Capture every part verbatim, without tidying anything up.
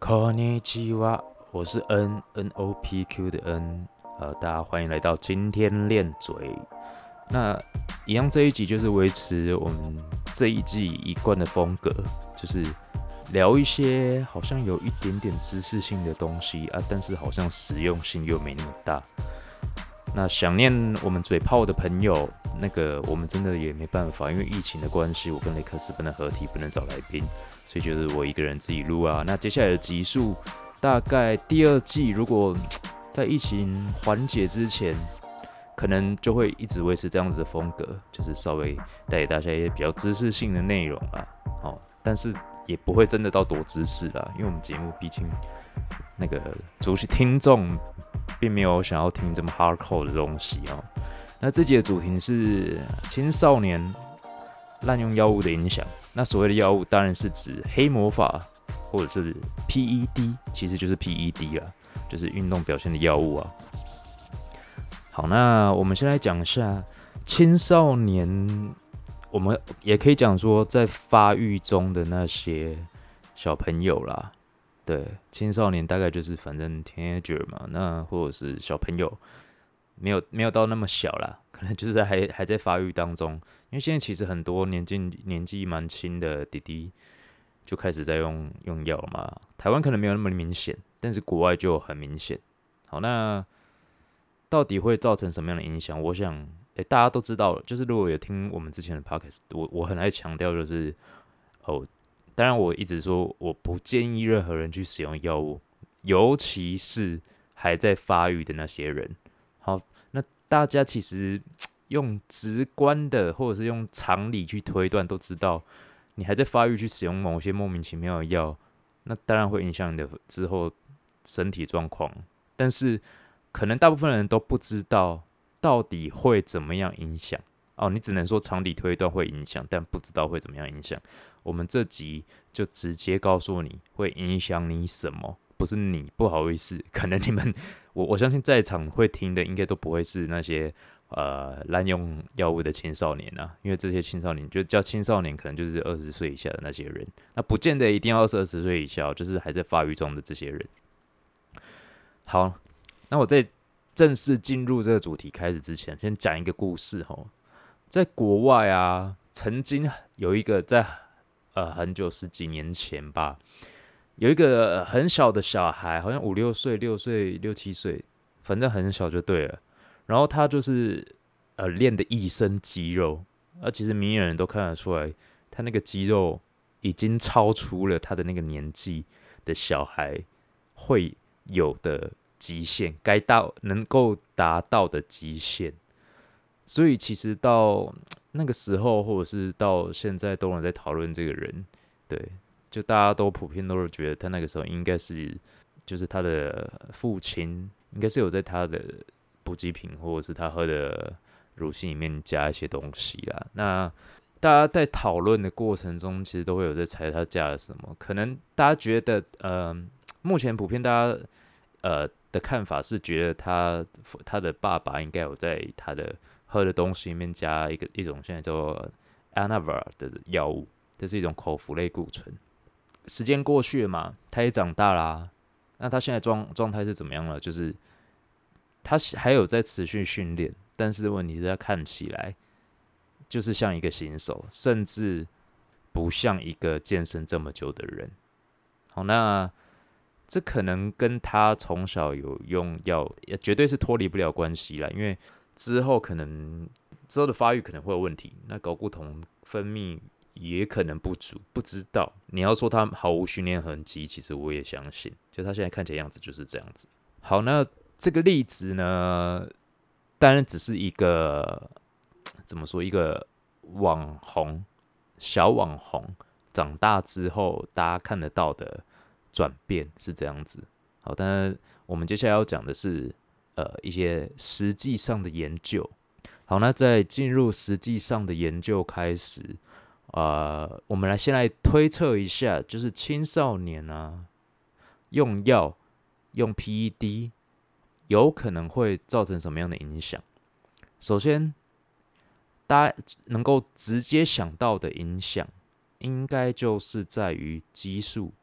こんにちは，我是 N N O P Q 的 N，呃，大家欢迎来到今天练嘴。那一样这一集就是维持我们这一季一贯的风格，就是聊一些好像有一点点知识性的东西啊，但是好像实用性又没那么大。那想念我们嘴炮的朋友，那个我们真的也没办法，因为疫情的关系，我跟雷克斯不能合体，不能找来宾，所以就是我一个人自己录啊。那接下来的集数，大概第二季如果在疫情缓解之前，可能就会一直维持这样子的风格，就是稍微带给大家一些比较知识性的内容啦。哦，但是也不会真的到多知识啦，因为我们节目毕竟那个主听众并没有想要听这么 hardcore 的东西哦。那这集的主题是青少年滥用药物的影响。那所谓的药物当然是指黑魔法或者是 P E D， 其实就是 P E D 啦，就是运动表现的药物啊。好，那我们先来讲一下青少年，我们也可以讲说在发育中的那些小朋友啦。对，青少年大概就是反正 teenager 嘛，那或者是小朋友，没有没有到那么小啦，可能就是还还在发育当中。因为现在其实很多年纪年纪蛮轻的弟弟就开始在用用药了嘛。台湾可能没有那么明显，但是国外就很明显。好，那到底会造成什么样的影响？我想，欸，大家都知道了，就是如果有听我们之前的 podcast，我我很爱强调就是，哦。当然，我一直说我不建议任何人去使用药物，尤其是还在发育的那些人。好，那大家其实用直观的或者是用常理去推断，都知道你还在发育去使用某些莫名其妙的药，那当然会影响你的之后身体状况。但是可能大部分人都不知道到底会怎么样影响。哦，你只能说常理推断会影响，但不知道会怎么样影响。我们这集就直接告诉你会影响你什么，不是你，不好意思，可能你们，我我相信在场会听的应该都不会是那些呃滥用药物的青少年啊，因为这些青少年就叫青少年，可能就是二十岁以下的那些人，那不见得一定要是二十岁以下，就是还在发育中的这些人。好，那我在正式进入这个主题开始之前，先讲一个故事哈。在国外啊，曾经有一个在呃很久十几年前吧，有一个很小的小孩，好像五六岁、六岁、六七岁，反正很小就对了。然后他就是呃练的一身肌肉，而其实明眼人都看得出来，他那个肌肉已经超出了他的那个年纪的小孩会有的极限，该到能够达到的极限。所以其实到那个时候，或者是到现在，都有人在讨论这个人，对，就大家都普遍都是觉得他那个时候应该是，就是他的父亲应该是有在他的补给品或者是他喝的乳清里面加一些东西啦。那大家在讨论的过程中，其实都会有在猜他加了什么。可能大家觉得，呃，目前普遍大家呃的看法是觉得他他的爸爸应该有在他的喝的东西里面加一个一种现在叫做 Anavar 的药物，这是一种口服类固醇。时间过去了嘛，他也长大啦、啊，那他现在状状态是怎么样了？就是他还有在持续训练，但是问题是他看起来就是像一个新手，甚至不像一个健身这么久的人。好，那这可能跟他从小有用药，也绝对是脱离不了关系啦，因为之后可能之后的发育可能会有问题，那睾固酮分泌也可能不足，不知道。你要说他毫无训练痕迹，其实我也相信，就他现在看起来样子就是这样子。好，那这个例子呢，当然只是一个怎么说，一个网红小网红长大之后大家看得到的转变是这样子。好，但是我们接下来要讲的是呃一些实际上的研究。好，那在进入实际上的研究开始，呃，我们来先来推测一下，就是青少年啊用药用 P E D 有可能会造成什么样的影响。首先，大家能够直接想到的影响，应该就是在于激素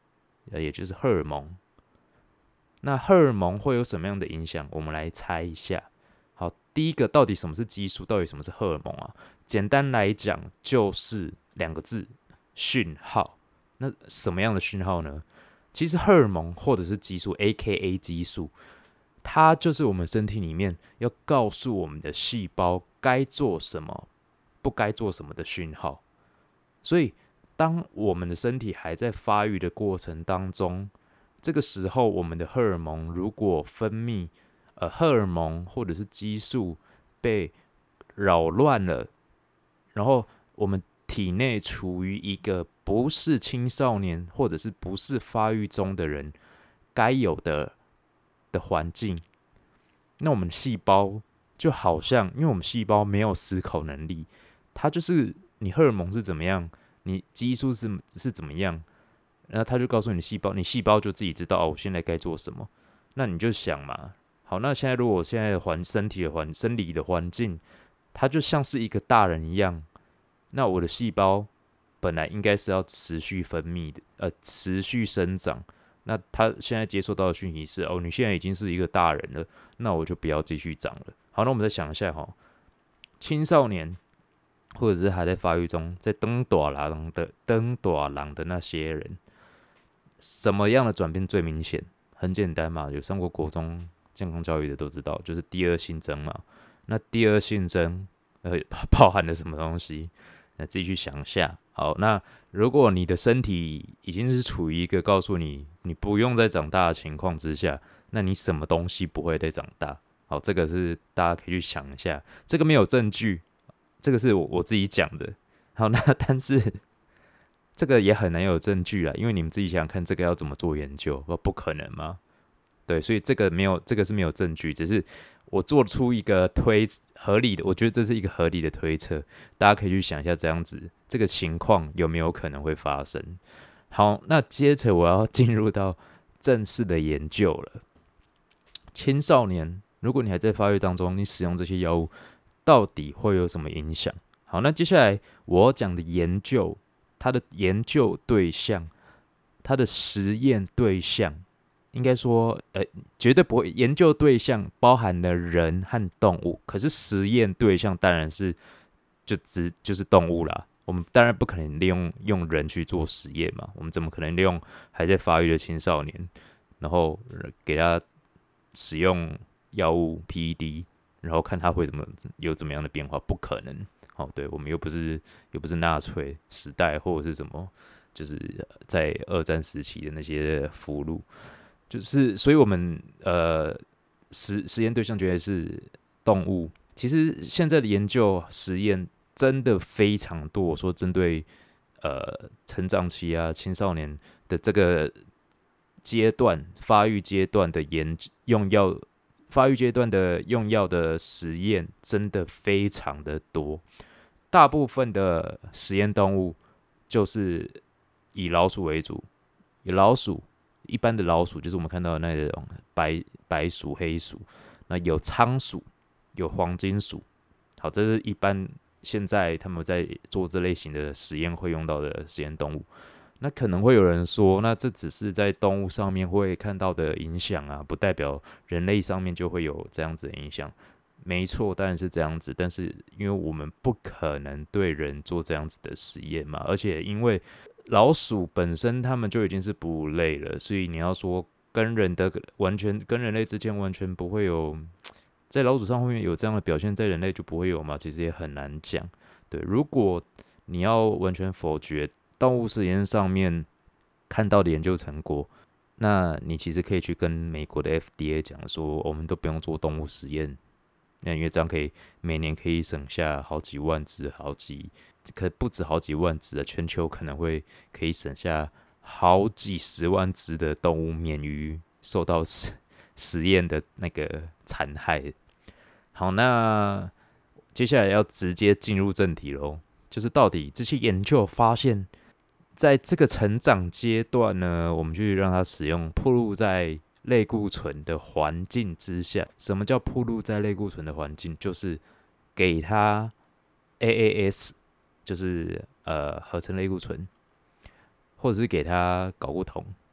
呃，也就是荷尔蒙。那荷尔蒙会有什么样的影响？我们来猜一下。好，第一个，到底什么是激素？到底什么是荷尔蒙啊？简单来讲，就是两个字：讯号。那什么样的讯号呢？其实荷尔蒙或者是激素 （A K A 激素），它就是我们身体里面要告诉我们的细胞该做什么、不该做什么的讯号。所以，当我们的身体还在发育的过程当中，这个时候我们的荷尔蒙如果分泌，呃，荷尔蒙或者是激素被扰乱了，然后我们体内处于一个不是青少年或者是不是发育中的人该有的的环境，那我们细胞就好像，因为我们细胞没有思考能力，它就是你荷尔蒙是怎么样，你激素是是怎么样，然后它就告诉你细胞，你细胞就自己知道哦，我现在该做什么。那你就想嘛，好，那现在如果我现在的环身体的环生理的环境，它就像是一个大人一样，那我的细胞本来应该是要持续分泌的，呃，持续生长。那他现在接收到的讯息是，哦，你现在已经是一个大人了，那我就不要继续长了。好，那我们再想一下哈，青少年或者是还在发育中，在登大郎的登大郎的那些人，什么样的转变最明显？很简单嘛，有上过国中健康教育的都知道，就是第二性征嘛。那第二性征，呃，包含了什么东西？那自己去想一下。好，那如果你的身体已经是处于一个告诉你你不用再长大的情况之下，那你什么东西不会再长大？好，这个是大家可以去想一下。这个没有证据，这个是我我自己讲的。好，那但是这个也很难有证据啦，因为你们自己想想看，这个要怎么做研究？不不可能吗？对，所以这个没有，这个是没有证据，只是我做出一个推合理的，我觉得这是一个合理的推测，大家可以去想一下，这样子这个情况有没有可能会发生？好，那接着我要进入到正式的研究了。青少年，如果你还在发育当中，你使用这些药物，到底会有什么影响？好，那接下来我要讲的研究，它的研究对象，它的实验对象。应该说，呃，绝对不会。研究对象包含了人和动物，可是实验对象当然是就只就是动物啦。我们当然不可能利用用人去做实验嘛，我们怎么可能利用还在发育的青少年，然后给他使用药物 P E D， 然后看他会怎么有怎么样的变化？不可能。哦，对，我们又不是又不是纳粹时代或者是什么，就是在二战时期的那些俘虏。就是，所以我们呃实实验对象绝对是动物。其实现在的研究实验真的非常多，我说针对呃成长期啊青少年的这个阶段发育阶段的研用药发育阶段的用药的实验真的非常的多。大部分的实验动物就是以老鼠为主，以老鼠。一般的老鼠就是我们看到的那种白白鼠、黑鼠，那有仓鼠，有黄金鼠。好，这是一般现在他们在做这类型的实验会用到的实验动物。那可能会有人说，那这只是在动物上面会看到的影响啊，不代表人类上面就会有这样子的影响。没错，当然是这样子，但是因为我们不可能对人做这样子的实验嘛，而且因为老鼠本身它们就已经是哺乳类了，所以你要说跟人的完全跟人类之间完全不会有，在老鼠上面有这样的表现，在人类就不会有嘛？其实也很难讲。对，如果你要完全否决动物实验上面看到的研究成果，那你其实可以去跟美国的 F D A 讲说，我们都不用做动物实验。那因为这样可以每年可以省下好几万只，好几可不止好几万只的，全球可能会可以省下好几十万只的动物免于受到实实验的那个残害。好，那接下来要直接进入正题喽，就是到底这些研究发现，在这个成长阶段呢，我们去让它使用暴露在类固醇的环境之下。什么叫暴露在类固醇的环境？就是给它 A A S， 就是呃合成类固醇，或者是给它睾固酮。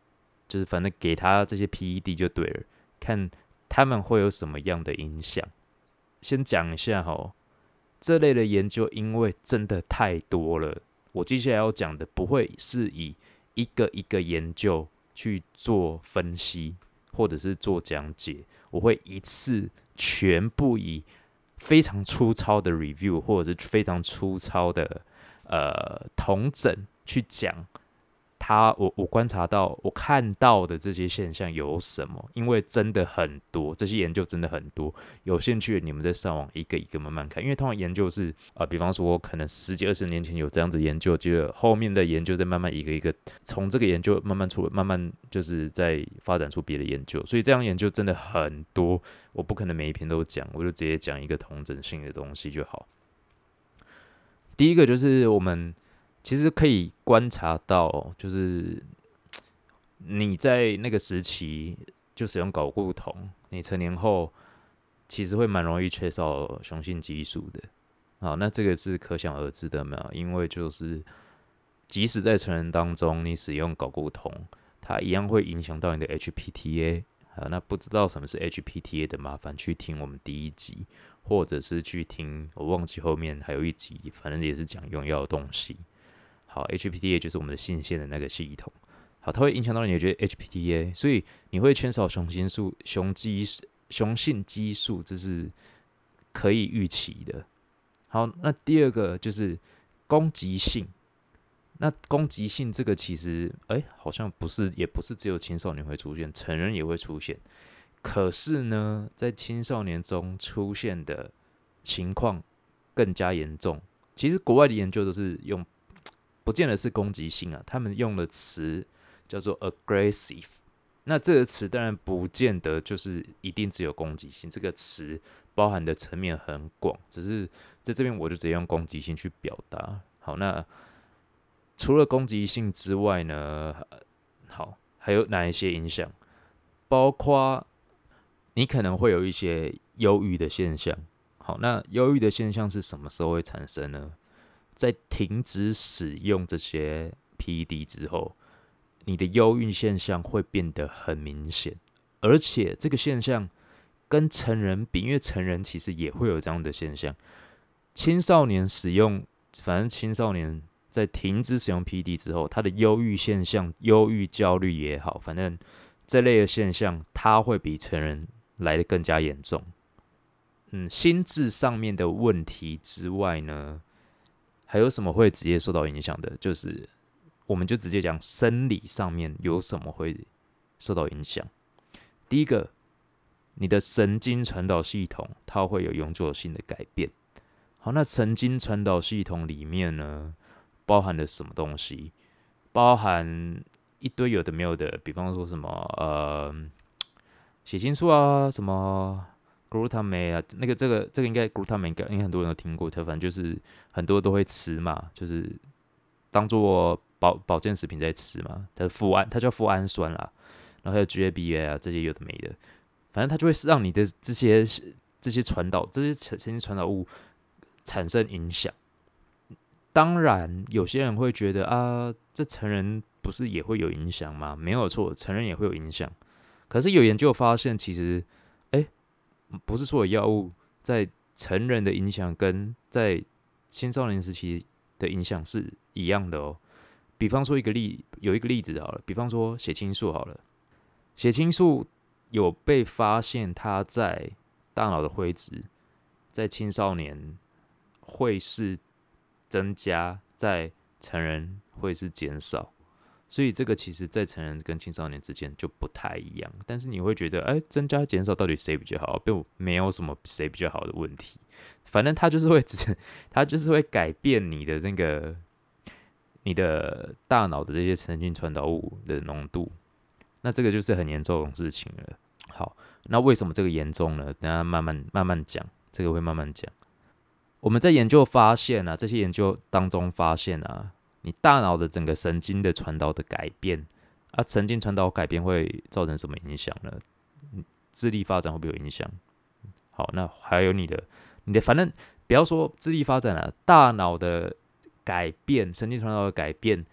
就是反正给他这些 P E D 就对了，看他们会有什么样的影响。先讲一下齁，这类的研究因为真的太多了，我接下来要讲的不会是以一个一个研究去做分析或者是做讲解，我会一次全部以非常粗糙的 review 或者是非常粗糙的呃统整去讲他我我观察到我看到的这些现象有什么，因为真的很多，这些研究真的很多，有兴趣的你们在上网一个一个慢慢看，因为通常研究是呃，比方说可能十几二十年前有这样子研究，接着后面的研究再慢慢一个一个从这个研究慢慢出，慢慢就是在发展出别的研究，所以这样研究真的很多，我不可能每一篇都讲，我就直接讲一个统整性的东西就好。第一个就是我们其实可以观察到，就是你在那个时期就使用睾固酮，你成年后其实会蛮容易缺少雄性激素的。好，那这个是可想而知的嘛，因为就是即使在成人当中你使用睾固酮，它一样会影响到你的 H P T A。好，那不知道什么是 H P T A 的，麻烦去听我们第一集，或者是去听我忘记后面还有一集，反正也是讲用药的东西。好 ，H P T A 就是我们的性腺的那个系统。好，它会影响到你的 H P T A， 所以你会缺少雄性素、雄激、雄性激素，这是可以预期的。好，那第二个就是攻击性。那攻击性这个其实，哎、欸，好像不是，也不是只有青少年会出现，成人也会出现。可是呢，在青少年中出现的情况更加严重。其实国外的研究都是用。不见得是攻击性啊，他们用的词叫做 aggressive。那这个词当然不见得就是一定只有攻击性，这个词包含的层面很广，只是在这边我就直接用攻击性去表达。好，那除了攻击性之外呢，好，还有哪一些影响？包括你可能会有一些忧郁的现象。好，那忧郁的现象是什么时候会产生呢？在停止使用这些 P E D 之后，你的忧郁现象会变得很明显，而且这个现象跟成人比，因为成人其实也会有这样的现象。青少年使用，反正青少年在停止使用 P E D 之后，他的忧郁现象、忧郁、焦虑也好，反正这类的现象，它会比成人来得更加严重。嗯，心智上面的问题之外呢？还有什么会直接受到影响的？就是我们就直接讲生理上面有什么会受到影响。第一个，你的神经传导系统它会有永久性的改变。好，那神经传导系统里面呢，包含了什么东西？包含一堆有的没有的，比方说什么呃血清素啊，什么。glutamate 啊，那个这个这个应该 glutamate 应该很多人都听过，它反正就是很多都会吃嘛，就是当做保保健食品在吃嘛。它富氨，它叫富氨酸啦，然后还有 G A B A 啊这些有的没的，反正它就会让你的这些这些传导这些神经传导物产生影响。当然，有些人会觉得啊，这成人不是也会有影响吗？没有错，成人也会有影响。可是有研究发现，其实不是所有药物在成人的影响跟在青少年时期的影响是一样的哦。比方说一个例，有一个例子好了，比方说血清素好了，血清素有被发现它在大脑的灰质在青少年会是增加，在成人会是减少。所以这个其实在成人跟青少年之间就不太一样，但是你会觉得，哎、欸，增加减少到底谁比较好？并没有什么谁比较好的问题，反正它就是会，它就是会改变你的那个你的大脑的这些神经传导物的浓度，那这个就是很严重的事情了。好，那为什么这个严重呢？等一下慢慢慢慢讲，这个会慢慢讲。我们在研究发现啊，这些研究当中发现啊。你大脑的整个神经的传导的改变啊，神经传导改变会造成什么影响呢？智力发展会不会有影响？好，那还有你的你的，反正不要说智力发展了、啊，大脑的改变，神经传导的改变，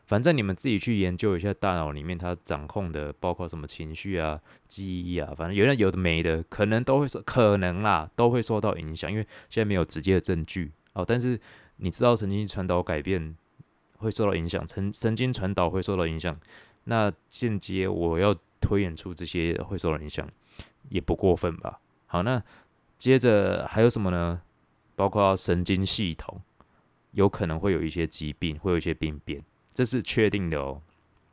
反正你们自己去研究一下大脑里面它掌控的，包括什么情绪啊、记忆啊，反正有的有的没的，可能都会受，可能啦，都会受到影响，因为现在没有直接的证据哦。但是你知道神经传导改变会受到影响，神神经传导会受到影响，那间接我要推演出这些会受到影响，也不过分吧？好，那接着还有什么呢？包括神经系统有可能会有一些疾病，会有一些病变，这是确定的哦。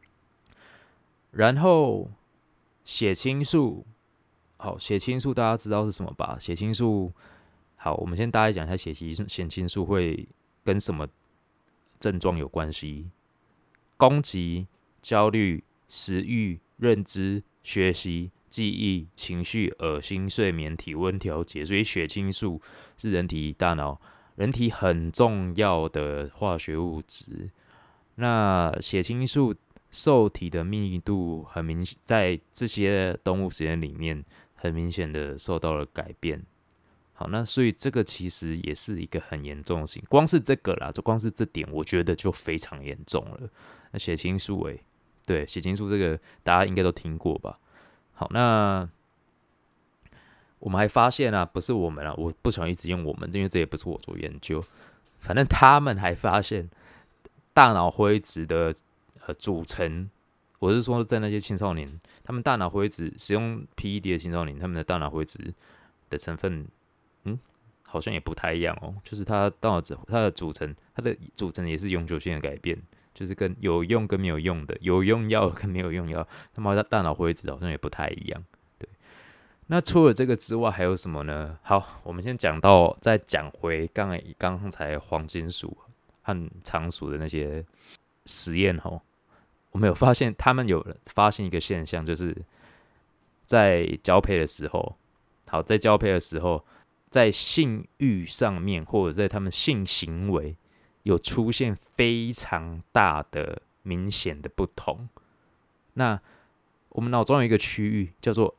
然后血清素，好，血清素大家知道是什么吧？血清素，好，我们先大概讲一下血清血清素会跟什么症状有关系？攻击、焦虑、食欲、认知、学习、记忆、情绪、恶心、睡眠、体温调节。所以血清素是人体大脑、人体很重要的化学物质。那血清素受体的密度很明显，在这些动物实验里面，很明显的受到了改变。好，那所以这个其实也是一个很严重的事情，光是这个啦，就光是这点，我觉得就非常严重了。那血清素，诶，对，血清素这个大家应该都听过吧？好，那我们还发现啊，不是我们啊，我不想一直用我们，因为这也不是我做研究，反正他们还发现大脑灰质的呃组成，我是说在那些青少年，他们大脑灰质使用 P E D 的青少年，他们的大脑灰质的成分。嗯，好像也不太一样哦。就是它大脑它的组成，它的组成也是永久性的改变，就是跟有用跟没有用的，有用药跟没有用药，他们大脑灰质好像也不太一样。对，那除了这个之外，还有什么呢？好，我们先讲到，再讲回刚才刚才黄金鼠和仓鼠的那些实验哦。我们有发现，他们有发现一个现象，就是在交配的时候，好，在交配的时候。在性欲上面，或者在他们性行为有出现非常大的、明显的不同。那我们脑中有一个区域叫做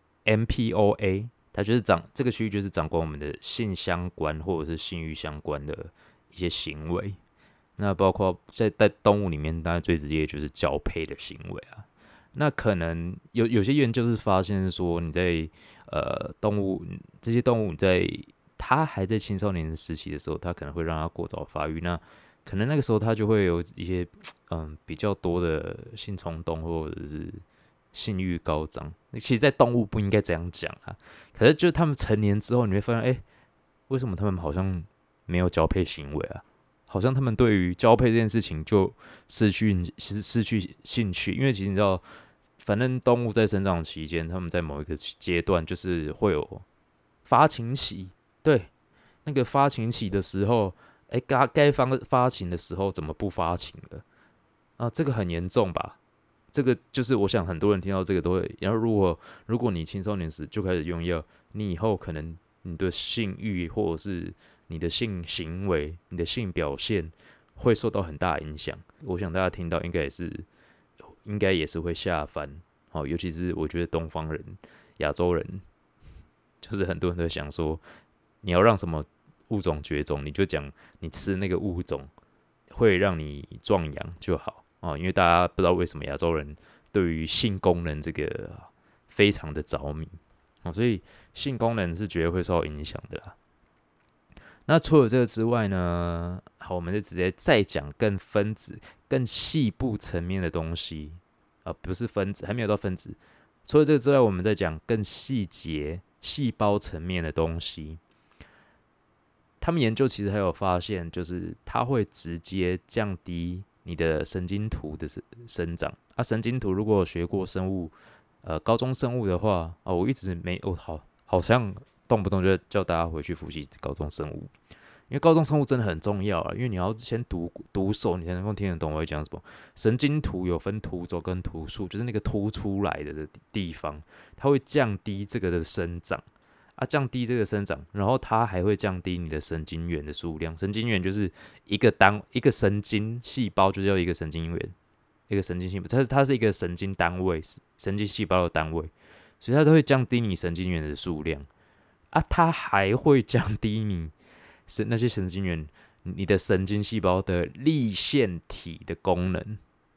M P O A， 它就是掌这个区域就是掌管我们的性相关或者是性欲相关的一些行为。那包括在在动物里面，当然最直接就是交配的行为啊。那可能有有些研究是发现说，你在呃动物这些动物在它还在青少年时期的时候，它可能会让它过早发育。那可能那个时候它就会有一些嗯比较多的性冲动或者是性欲高涨。其实，在动物不应该这样讲啊。可是，就是他们成年之后，你会发现，哎、欸，为什么他们好像没有交配行为啊？好像他们对于交配这件事情就失去失失去兴趣，因为其实你知道，反正动物在生长期间，他们在某一个阶段就是会有发情期，对，那个发情期的时候，哎、欸，该该发发情的时候怎么不发情了？啊，这个很严重吧？这个就是我想很多人听到这个都会，然后如果如果你青少年时就开始用药，你以后可能你的性欲或者是你的性行为、你的性表现会受到很大的影响。我想大家听到应该也是，应该也是会下翻。好，尤其是我觉得东方人、亚洲人，就是很多人都想说，你要让什么物种绝种，你就讲你吃那个物种会让你壮阳就好。哦，因为大家不知道为什么亚洲人对于性功能这个非常的着迷，哦，所以性功能是绝对会受到影响的啦。那除了这个之外呢，好，我们就直接再讲更分子、更细部层面的东西啊、呃，不是分子，还没有到分子。除了这个之外，我们再讲更细节、细胞层面的东西。他们研究其实还有发现，就是它会直接降低你的神经图的生长啊。神经图如果有学过生物，呃，高中生物的话，啊，我一直没，我、哦、好好像动不动就叫大家回去复习高中生物，因为高中生物真的很重要啊，因为你要先读读熟，你才能够听得懂我在讲什么。神经图有分图轴跟图束，就是那个凸出来的地方，它会降低这个的生长。啊，降低这个生长，然后它还会降低你的神经元的数量。神经元就是一个单一个神经细胞，就叫一个神经元，一个神经细胞，它是它是一个神经单位，神经细胞的单位，所以它都会降低你神经元的数量。啊，它还会降低你那些神经元、你的神经细胞的粒线体的功能。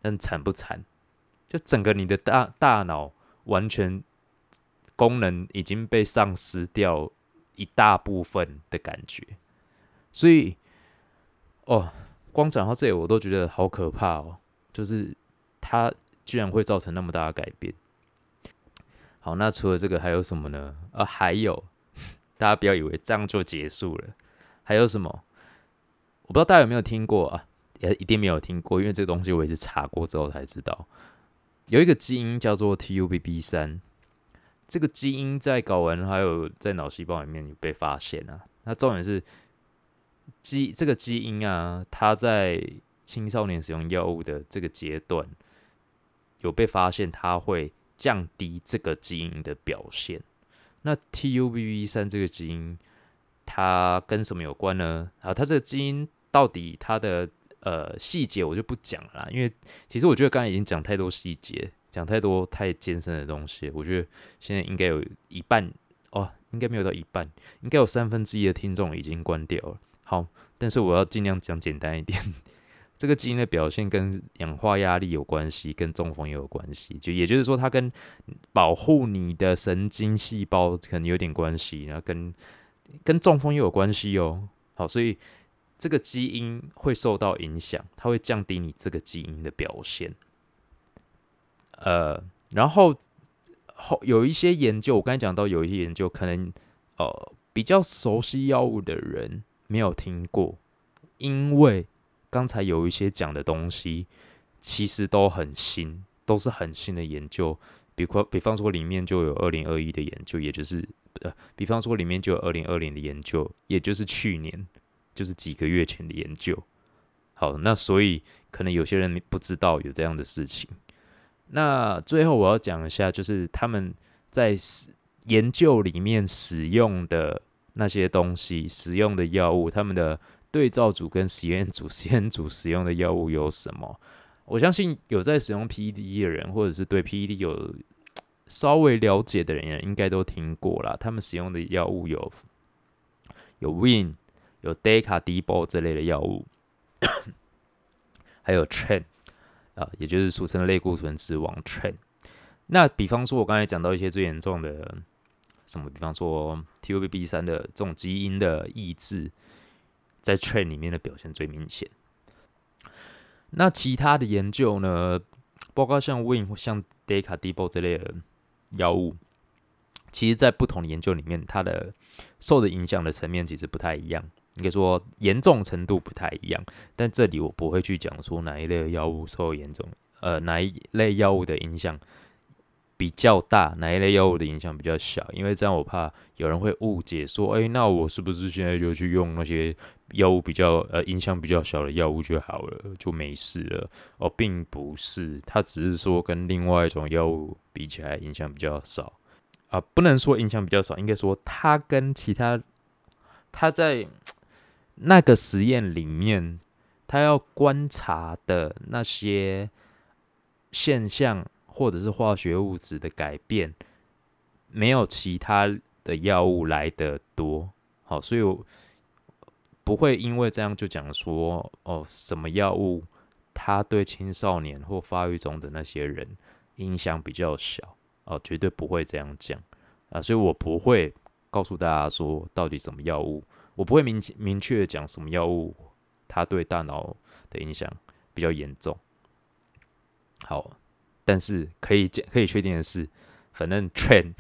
但惨不惨？就整个你的大大脑完全功能已经被丧失掉一大部分的感觉，所以哦，光讲到这里我都觉得好可怕哦，就是它居然会造成那么大的改变。好，那除了这个还有什么呢？啊，还有，大家不要以为这样就结束了，还有什么？我不知道大家有没有听过啊？也一定没有听过，因为这个东西我也是查过之后才知道，有一个基因叫做 T U B B 三，这个基因在睾丸还有在脑细胞里面有被发现啊。那重点是基这个基因啊，它在青少年使用药物的这个阶段有被发现，它会降低这个基因的表现。那 T U B B 三 这个基因，它跟什么有关呢？啊，它这个基因到底它的呃细节我就不讲了啦，因为其实我觉得刚才已经讲太多细节，讲太多太艰深的东西，我觉得现在应该有一半哦，应该没有到一半，应该有三分之一的听众已经关掉了。好，但是我要尽量讲简单一点。这个基因的表现跟氧化压力有关系，跟中风也有关系。就也就是说，它跟保护你的神经细胞可能有点关系，然后跟跟中风也有关系哦。好，所以这个基因会受到影响，它会降低你这个基因的表现。呃，然后后有一些研究，我刚才讲到有一些研究，可能呃比较熟悉药物的人没有听过，因为刚才有一些讲的东西，其实都很新，都是很新的研究。比比方说，里面就有二零二一的研究，也就是呃，比方说里面就有二零二零的研究，也就是去年，就是几个月前的研究。好，那所以可能有些人不知道有这样的事情。那最后我要讲一下，就是他们在研究里面使用的那些东西，使用的药物，他们的对照组跟实验组，实验组使用的药物有什么？我相信有在使用 P E D 的人，或者是对 P E D 有稍微了解的人，应该都听过啦。他们使用的药物有有 Win、有 Decadebo 这类的药物，还有 Tren 啊，也就是俗称的类固醇之王 Tren。那比方说，我刚才讲到一些最严重的什么，比方说 T U B B 三 的这种基因的抑制，在 Tren 里面的表现最明显。那其他的研究呢，包括像 Win 或像 Decadebo 这类的药物，其实在不同的研究里面，它的受的影响的层面其实不太一样，应该说严重程度不太一样。但这里我不会去讲说哪一类的药物受严重，呃，哪一类药物的影响比较大，哪一类药物的影响比较小，因为这样我怕有人会误解说，哎、欸，那我是不是现在就去用那些药物比较呃影响比较小的药物就好了，就没事了？哦，并不是，它只是说跟另外一种药物比起来影响比较少啊、呃，不能说影响比较少，应该说它跟其他它在那个实验里面，它要观察的那些现象。或者是化学物质的改变，没有其他的药物来得多。好，所以我不会因为这样就讲说，哦，什么药物它对青少年或发育中的那些人影响比较小，哦，绝对不会这样讲啊。所以我不会告诉大家说到底什么药物，我不会明明确的讲什么药物它对大脑的影响比较严重。好。但是可以可以确定的是，反正 Tren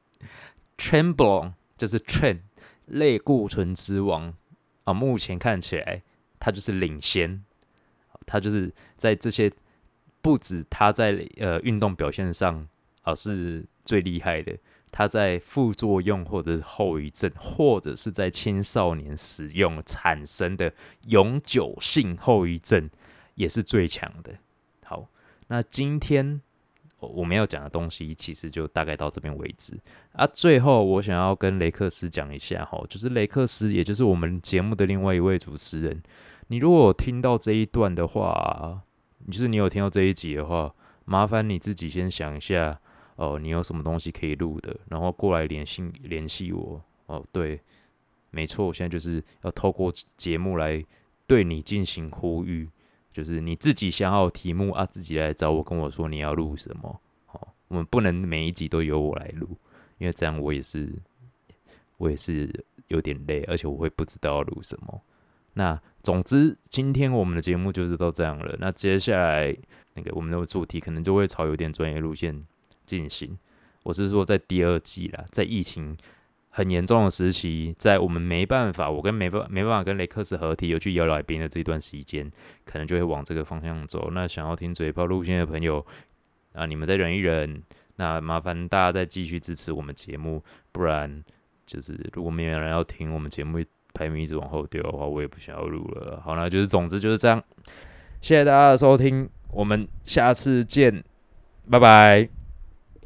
Trenbolone 就是 Tren 类固醇之王啊，目前看起来它就是领先，它就是在这些不止它在呃运动表现上啊是最厉害的，它在副作用或者是后遗症，或者是在青少年使用产生的永久性后遗症也是最强的。好。那今天我们要讲的东西，其实就大概到这边为止啊。最后，我想要跟雷克斯讲一下哈，就是雷克斯，也就是我们节目的另外一位主持人。你如果有听到这一段的话，就是你有听到这一集的话，麻烦你自己先想一下哦，你有什么东西可以录的，然后过来联系联系我哦。对，没错，我现在就是要透过节目来对你进行呼吁。 就是你自己想好题目啊，自己来找我跟我说你要录什么。哦，我们不能每一集都由我来录，因为这样我也是我也是有点累，而且我会不知道要录什么。那总之，今天我们的节目就是都这样了。那接下来那个我们的主题可能就会朝有点专业路线进行。我是说，在第二季啦，在疫情很严重的时期，在我们没办法，我跟没办没办法跟雷克斯合体，有去邀来宾的这段时间，可能就会往这个方向走。那想要听嘴炮路线的朋友啊，你们再忍一忍。那麻烦大家再继续支持我们节目，不然就是如果没有人要听我们节目排名一直往后丢的话，我也不想要录了。好啦，就是总之就是这样。谢谢大家的收听，我们下次见，拜拜。